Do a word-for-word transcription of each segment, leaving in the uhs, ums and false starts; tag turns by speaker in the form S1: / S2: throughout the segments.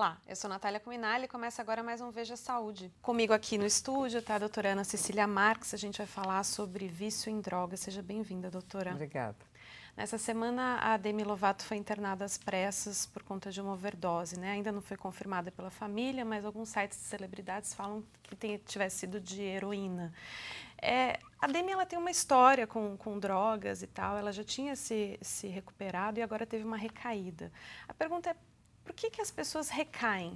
S1: Olá, eu sou Natália Cuminali e começa agora mais um Veja Saúde. Comigo aqui no estúdio está a doutora Ana Cecília Marques. A gente vai falar sobre vício em drogas. Seja bem-vinda, doutora.
S2: Obrigada.
S1: Nessa semana, a Demi Lovato foi internada às pressas por conta de uma overdose, né? Ainda não foi confirmada pela família, mas alguns sites de celebridades falam que tem, tivesse sido de heroína. É, a Demi ela tem uma história com, com drogas e tal. Ela já tinha se, se recuperado e agora teve uma recaída. A pergunta é, por que, que as pessoas recaem?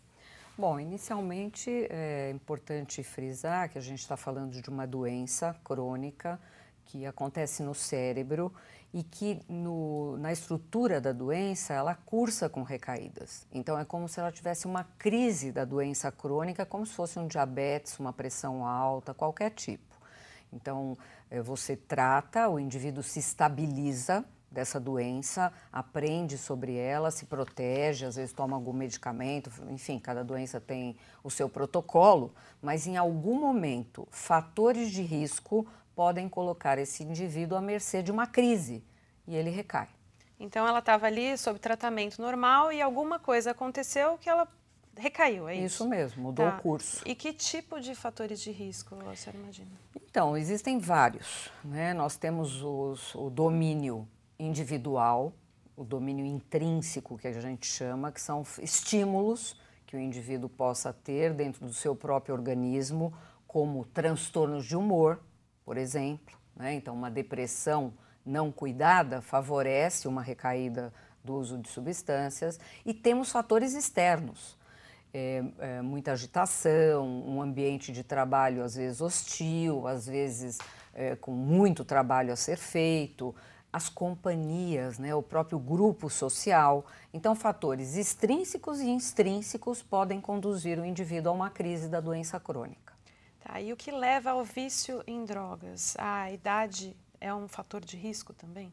S2: Bom, inicialmente é importante frisar que a gente está falando de uma doença crônica que acontece no cérebro e que no, na estrutura da doença ela cursa com recaídas. Então é como se ela tivesse uma crise da doença crônica, como se fosse um diabetes, uma pressão alta, qualquer tipo. Então é, você trata, o indivíduo se estabiliza dessa doença, aprende sobre ela, se protege, às vezes toma algum medicamento, enfim, cada doença tem o seu protocolo, mas em algum momento fatores de risco podem colocar esse indivíduo à mercê de uma crise e ele recai.
S1: Então ela estava ali sob tratamento normal e alguma coisa aconteceu que ela recaiu, é isso?
S2: Isso mesmo, mudou
S1: Tá.
S2: o curso.
S1: E que tipo de fatores de risco a senhora imagina?
S2: Então, existem vários, né? Nós temos os, o domínio individual, o domínio intrínseco que a gente chama, que são estímulos que o indivíduo possa ter dentro do seu próprio organismo, como transtornos de humor, por exemplo, né? Então uma depressão não cuidada favorece uma recaída do uso de substâncias, e temos fatores externos. É, é, muita agitação, um ambiente de trabalho às vezes hostil, às vezes é, com muito trabalho a ser feito, as companhias, né, o próprio grupo social. Então, fatores extrínsecos e extrínsecos podem conduzir o indivíduo a uma crise da doença crônica.
S1: Tá, e o que leva ao vício em drogas? A idade é um fator de risco também?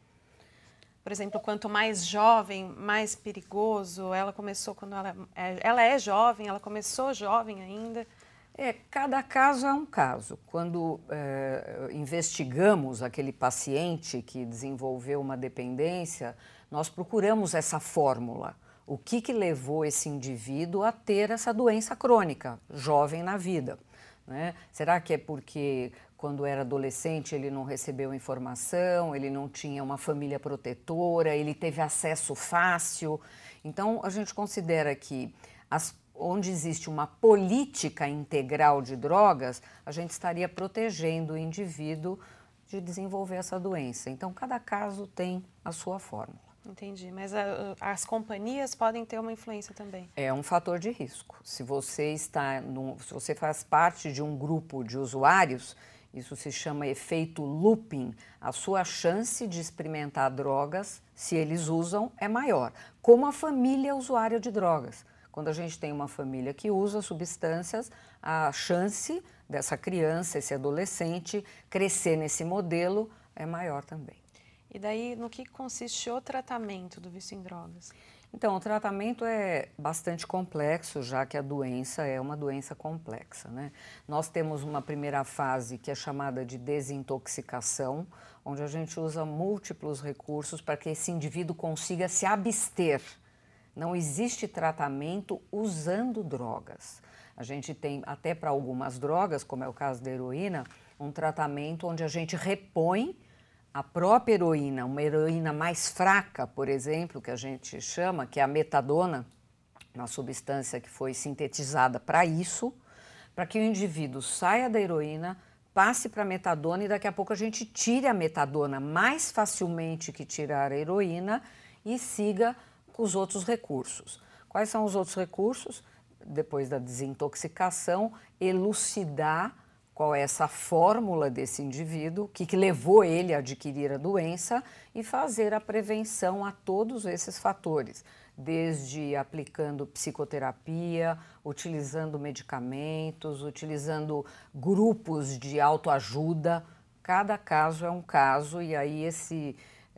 S1: Por exemplo, quanto mais jovem, mais perigoso. Ela começou quando ela é, ela é jovem, ela começou jovem ainda.
S2: É, cada caso é um caso. Quando é, investigamos aquele paciente que desenvolveu uma dependência, nós procuramos essa fórmula. O que, que levou esse indivíduo a ter essa doença crônica, jovem na vida, né? Será que é porque quando era adolescente ele não recebeu informação, ele não tinha uma família protetora, ele teve acesso fácil? Então a gente considera que as, onde existe uma política integral de drogas, a gente estaria protegendo o indivíduo de desenvolver essa doença. Então cada caso tem a sua fórmula.
S1: Entendi, mas a, as companhias podem ter uma influência também.
S2: É um fator de risco. Se você está num, se você faz parte de um grupo de usuários, isso se chama efeito looping. A sua chance de experimentar drogas, se eles usam, é maior. Como a família usuária de drogas. Quando a gente tem uma família que usa substâncias, a chance dessa criança, esse adolescente, crescer nesse modelo é maior também.
S1: E daí, no que consiste o tratamento do vício em drogas?
S2: Então, o tratamento é bastante complexo, já que a doença é uma doença complexa, né? Nós temos uma primeira fase que é chamada de desintoxicação, onde a gente usa múltiplos recursos para que esse indivíduo consiga se abster. Não existe tratamento usando drogas. A gente tem, até para algumas drogas, como é o caso da heroína, um tratamento onde a gente repõe a própria heroína, uma heroína mais fraca, por exemplo, que a gente chama, que é a metadona, uma substância que foi sintetizada para isso, para que o indivíduo saia da heroína, passe para a metadona e daqui a pouco a gente tire a metadona mais facilmente que tirar a heroína e siga com os outros recursos. Quais são os outros recursos? Depois da desintoxicação, elucidar qual é essa fórmula desse indivíduo, o que, que levou ele a adquirir a doença e fazer a prevenção a todos esses fatores, desde aplicando psicoterapia, utilizando medicamentos, utilizando grupos de autoajuda. Cada caso é um caso e aí esse,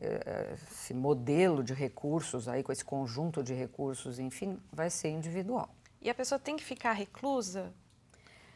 S2: esse modelo de recursos, aí, com esse conjunto de recursos, enfim, vai ser individual.
S1: E a pessoa tem que ficar reclusa?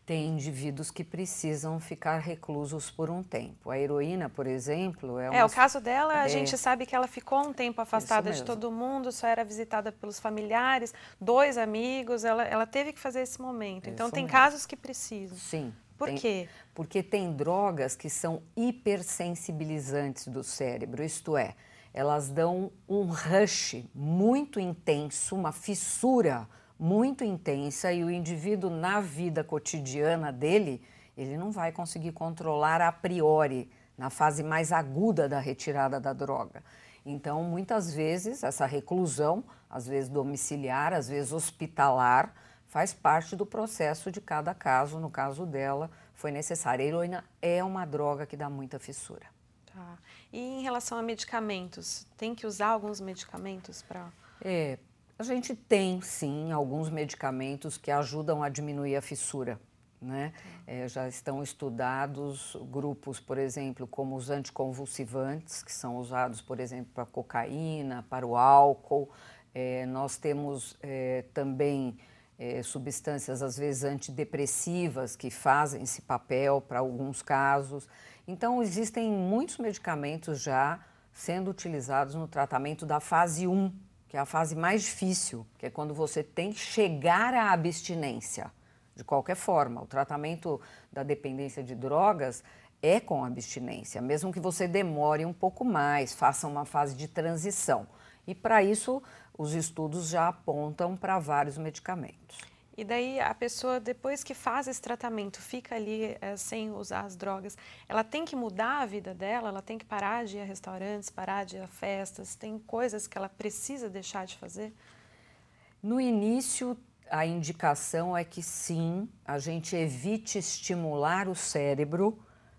S2: Tem indivíduos que precisam ficar reclusos por um tempo. A heroína, por exemplo, é uma...
S1: É, o caso dela, a
S2: é...
S1: gente sabe que ela ficou um tempo afastada de todo mundo, só era visitada pelos familiares, dois amigos, ela, ela teve que fazer esse momento. Então,
S2: Isso
S1: tem
S2: mesmo.
S1: casos que precisam.
S2: Sim.
S1: Por
S2: tem...
S1: quê?
S2: Porque tem drogas que são hipersensibilizantes do cérebro, isto é, elas dão um rush muito intenso, uma fissura muito intensa, e o indivíduo, na vida cotidiana dele, ele não vai conseguir controlar a priori, na fase mais aguda da retirada da droga. Então, muitas vezes, essa reclusão, às vezes domiciliar, às vezes hospitalar, faz parte do processo de cada caso. No caso dela, foi necessário. A heroína é uma droga que dá muita fissura.
S1: Tá. E em relação a medicamentos, tem que usar alguns medicamentos para...
S2: É, a gente tem, sim, alguns medicamentos que ajudam a diminuir a fissura, né? É, já estão estudados grupos, por exemplo, como os anticonvulsivantes, que são usados, por exemplo, para a cocaína, para o álcool. É, nós temos é, também é, substâncias, às vezes, antidepressivas, que fazem esse papel para alguns casos. Então, existem muitos medicamentos já sendo utilizados no tratamento da fase um, que é a fase mais difícil, que é quando você tem que chegar à abstinência. De qualquer forma, o tratamento da dependência de drogas é com abstinência, mesmo que você demore um pouco mais, faça uma fase de transição. E para isso, os estudos já apontam para vários medicamentos.
S1: E daí a pessoa, depois que faz esse tratamento, fica ali é, sem usar as drogas, ela tem que mudar a vida dela, ela tem que parar de ir a restaurantes, parar de ir a festas, tem coisas que ela precisa deixar de fazer?
S2: No início, a indicação é que sim, a gente evite estimular o cérebro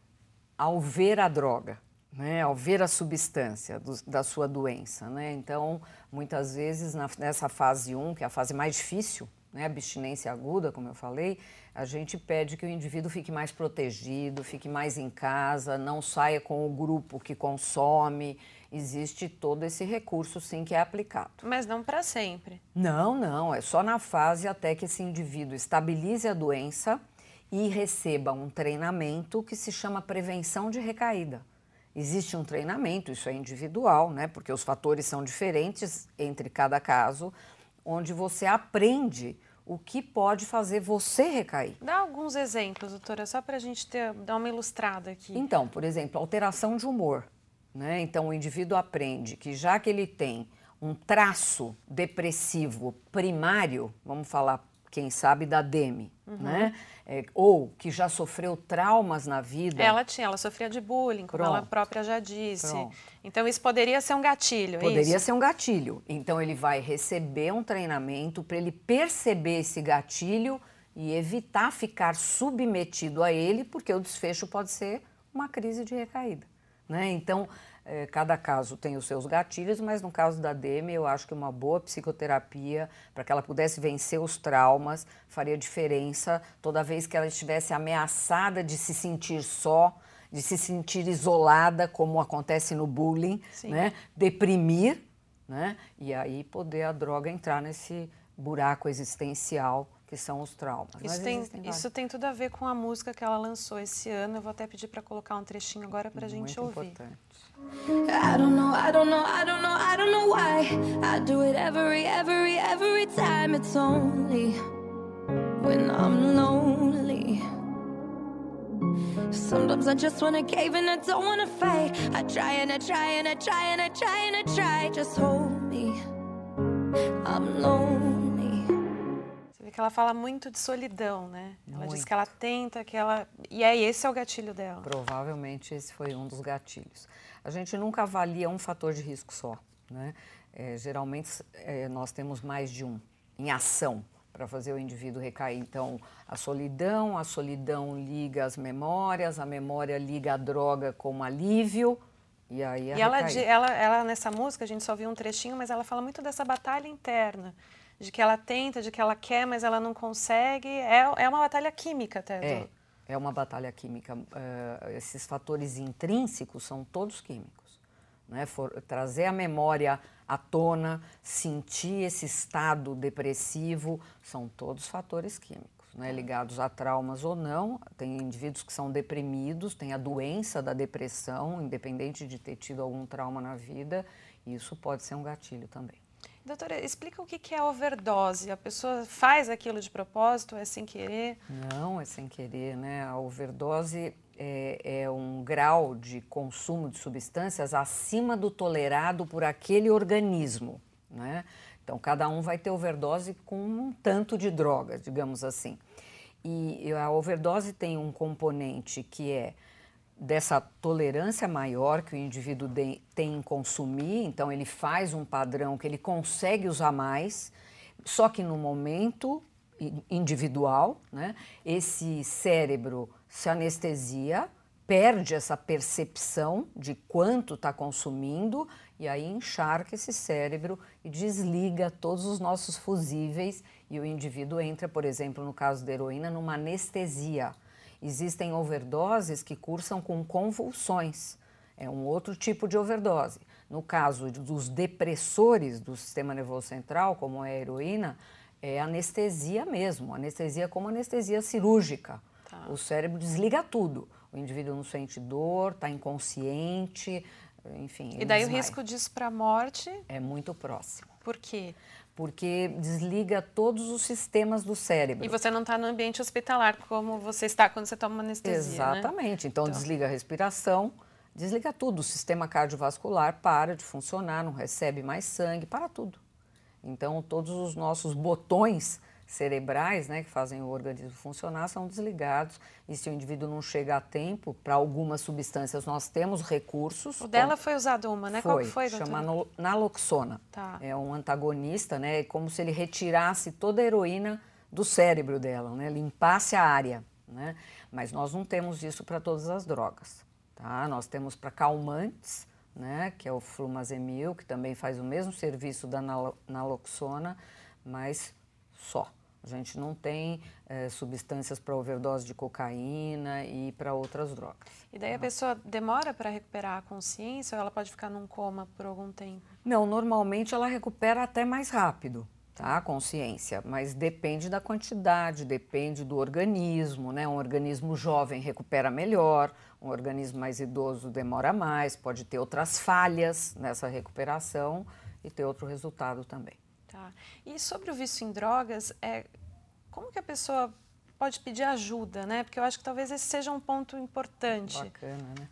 S2: ao ver a droga, né? Ao ver a substância do, da sua doença, né? Então, muitas vezes, na, nessa fase um, que é a fase mais difícil, né, abstinência aguda, como eu falei, a gente pede que o indivíduo fique mais protegido, fique mais em casa, não saia com o grupo que consome. Existe todo esse recurso, sim, que é aplicado.
S1: Mas não para sempre.
S2: Não, não, é só na fase até que esse indivíduo estabilize a doença e receba um treinamento que se chama prevenção de recaída. Existe um treinamento, isso é individual, né, porque os fatores são diferentes entre cada caso, onde você aprende o que pode fazer você recair.
S1: Dá alguns exemplos, doutora, só para a gente ter, dar uma ilustrada aqui.
S2: Então, por exemplo, alteração de humor, né? Então, o indivíduo aprende que já que ele tem um traço depressivo primário, vamos falar, quem sabe, da D E M, uhum. né? É, ou que já sofreu traumas na vida.
S1: Ela tinha, ela sofria de bullying, como
S2: Pronto.
S1: ela própria já disse.
S2: Pronto.
S1: Então, isso poderia ser um gatilho, é
S2: Poderia
S1: isso?
S2: ser um gatilho. Então, ele vai receber um treinamento para ele perceber esse gatilho e evitar ficar submetido a ele, porque o desfecho pode ser uma crise de recaída, né? Então, é, cada caso tem os seus gatilhos, mas no caso da D E M, eu acho que uma boa psicoterapia, para que ela pudesse vencer os traumas, faria diferença toda vez que ela estivesse ameaçada de se sentir só, de se sentir isolada, como acontece no bullying, né? Deprimir, né? E aí poder a droga entrar nesse buraco existencial que são os traumas.
S1: Isso tem, isso tem tudo a ver com a música que ela lançou esse ano. Eu vou até pedir para colocar um trechinho agora para a gente
S2: Muito
S1: ouvir.
S2: Importante.
S3: I don't know, I don't know, I don't know, I don't know why I do it every, every, every time. It's only when I'm lonely. Sometimes I just wanna cave and I don't wanna fight. I try and I try and I try and I try and I try. Just hold me, I'm lonely.
S1: Você vê que ela fala muito de solidão, né? Ela
S2: Muito.
S1: diz que ela tenta, que ela... E aí esse é o gatilho dela.
S2: Provavelmente esse foi um dos gatilhos. A gente nunca avalia um fator de risco só, né? É, geralmente é, nós temos mais de um em ação para fazer o indivíduo recair. Então, a solidão, a solidão liga as memórias, a memória liga a droga como alívio, e aí a
S1: E ela,
S2: recaída.
S1: ela, ela, nessa música, a gente só viu um trechinho, mas ela fala muito dessa batalha interna, de que ela tenta, de que ela quer, mas ela não consegue. É, é uma batalha química até.
S2: É, é uma batalha química. Uh, esses fatores intrínsecos são todos químicos, né? For, trazer a memória à tona, sentir esse estado depressivo, são todos fatores químicos. né, ligados a traumas ou não. Tem indivíduos que são deprimidos, tem a doença da depressão, independente de ter tido algum trauma na vida, e isso pode ser um gatilho também.
S1: Doutora, explica o que é overdose. A pessoa faz aquilo de propósito, é sem querer?
S2: Não, é sem querer, né? A overdose é, é um grau de consumo de substâncias acima do tolerado por aquele organismo, né? Então, cada um vai ter overdose com um tanto de droga, digamos assim. E a overdose tem um componente que é dessa tolerância maior que o indivíduo de, tem em consumir, então ele faz um padrão que ele consegue usar mais, só que no momento individual, né, esse cérebro se anestesia, perde essa percepção de quanto está consumindo e aí encharca esse cérebro e desliga todos os nossos fusíveis e o indivíduo entra, por exemplo, no caso da heroína, numa anestesia. Existem overdoses que cursam com convulsões, é um outro tipo de overdose. No caso dos depressores do sistema nervoso central, como é a heroína, é anestesia mesmo, anestesia como anestesia cirúrgica. Tá. O cérebro desliga tudo, o indivíduo não sente dor, está inconsciente, enfim.
S1: E daí o risco disso para a morte?
S2: É muito próximo.
S1: Por quê?
S2: Porque desliga todos os sistemas do cérebro.
S1: E você não está no ambiente hospitalar como você está quando você toma uma anestesia,
S2: Exatamente.
S1: Né?
S2: Então,
S1: então,
S2: desliga a respiração, desliga tudo. O sistema cardiovascular para de funcionar, não recebe mais sangue, para tudo. Então, todos os nossos botões cerebrais, né, que fazem o organismo funcionar, são desligados. E se o indivíduo não chega a tempo, para algumas substâncias nós temos recursos.
S1: O dela foi usado uma, né?
S2: Foi,
S1: Qual que foi, doutora?
S2: chama naloxona.
S1: Tá.
S2: É um antagonista, né? É como se ele retirasse toda a heroína do cérebro dela, né? Limpasse a área, né? Mas nós não temos isso para todas as drogas, tá? Nós temos para calmantes, né? Que é o flumazemil, que também faz o mesmo serviço da naloxona, mas só. A gente não tem é, substâncias para overdose de cocaína e para outras drogas.
S1: E daí a pessoa demora para recuperar a consciência ou ela pode ficar num coma por algum tempo?
S2: Não, normalmente ela recupera até mais rápido, tá? A consciência, mas depende da quantidade, depende do organismo, né? Um organismo jovem recupera melhor, um organismo mais idoso demora mais, pode ter outras falhas nessa recuperação e ter outro resultado também.
S1: Tá. E sobre o vício em drogas, é, como que a pessoa pode pedir ajuda, né? Porque eu acho que talvez esse seja um ponto importante.
S2: Bacana, né?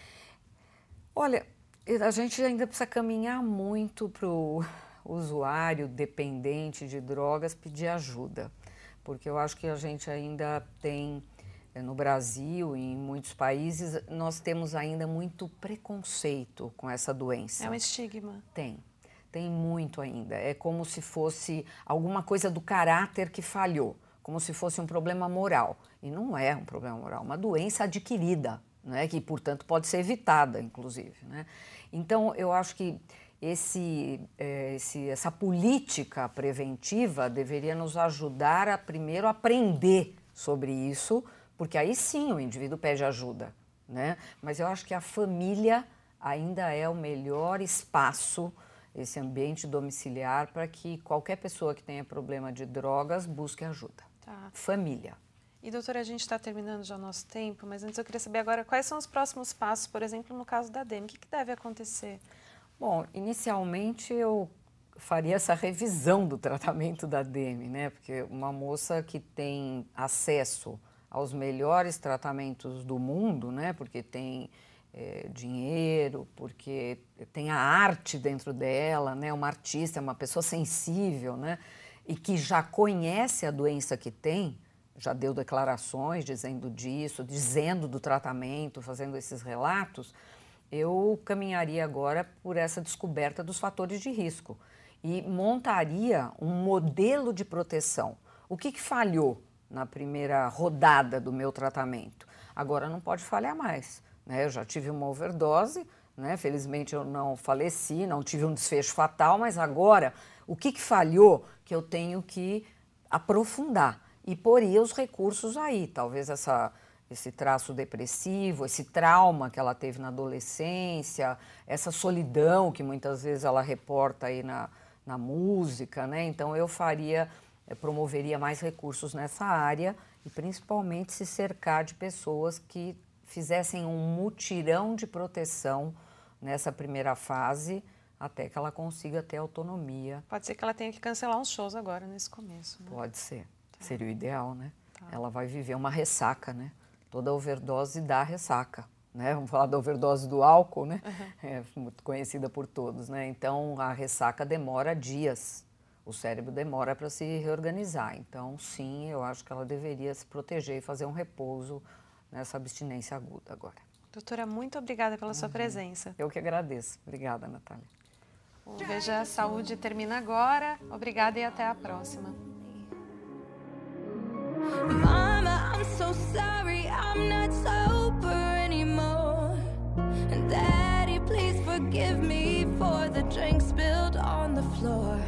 S2: Olha, a gente ainda precisa caminhar muito para o usuário dependente de drogas pedir ajuda, porque eu acho que a gente ainda tem, no Brasil e em muitos países, nós temos ainda muito preconceito com essa doença.
S1: É um estigma.
S2: Tem. Tem muito ainda. É como se fosse alguma coisa do caráter que falhou, como se fosse um problema moral. E não é um problema moral, uma doença adquirida, né? Que, portanto, pode ser evitada, inclusive, né? Então, eu acho que esse, é, esse, essa política preventiva deveria nos ajudar a, primeiro, aprender sobre isso, porque aí sim o indivíduo pede ajuda, né? Mas eu acho que a família ainda é o melhor espaço, esse ambiente domiciliar, para que qualquer pessoa que tenha problema de drogas busque ajuda.
S1: Tá.
S2: Família.
S1: E, doutora, a gente está terminando já o nosso tempo, mas antes eu queria saber agora quais são os próximos passos, por exemplo, no caso da Demi. O que, que deve acontecer?
S2: Bom, inicialmente eu faria essa revisão do tratamento da Demi, né? Porque uma moça que tem acesso aos melhores tratamentos do mundo, né? Porque tem É, dinheiro, porque tem a arte dentro dela, né? Uma artista, uma pessoa sensível, né? E que já conhece a doença que tem, já deu declarações dizendo disso, dizendo do tratamento, fazendo esses relatos, eu caminharia agora por essa descoberta dos fatores de risco e montaria um modelo de proteção. O que que falhou na primeira rodada do meu tratamento? Agora não pode falhar mais. Eu já tive uma overdose, né? Felizmente eu não faleci, não tive um desfecho fatal, mas agora o que, que falhou que eu tenho que aprofundar e pôr os recursos aí, talvez essa, esse traço depressivo, esse trauma que ela teve na adolescência, essa solidão que muitas vezes ela reporta aí na, na música, né? Então eu faria é, promoveria mais recursos nessa área e principalmente se cercar de pessoas que fizessem um mutirão de proteção nessa primeira fase até que ela consiga ter autonomia.
S1: Pode ser que ela tenha que cancelar uns shows agora nesse começo, né?
S2: Pode ser. Tá. Seria o ideal, né?
S1: Tá.
S2: Ela vai viver uma ressaca, né? Toda overdose dá ressaca, né? Vamos falar da overdose do álcool, né? Uhum. É muito conhecida por todos, né? Então, a ressaca demora dias. O cérebro demora para se reorganizar. Então, sim, eu acho que ela deveria se proteger e fazer um repouso nessa abstinência aguda agora.
S1: Doutora, muito obrigada pela uhum. sua presença.
S2: Eu que agradeço. Obrigada, Natália.
S1: O Veja Saúde termina agora. Obrigada e até a próxima.
S3: Mama, I'm so sorry, I'm not sober anymore. And Daddy, please forgive me for the drink spilled on the floor.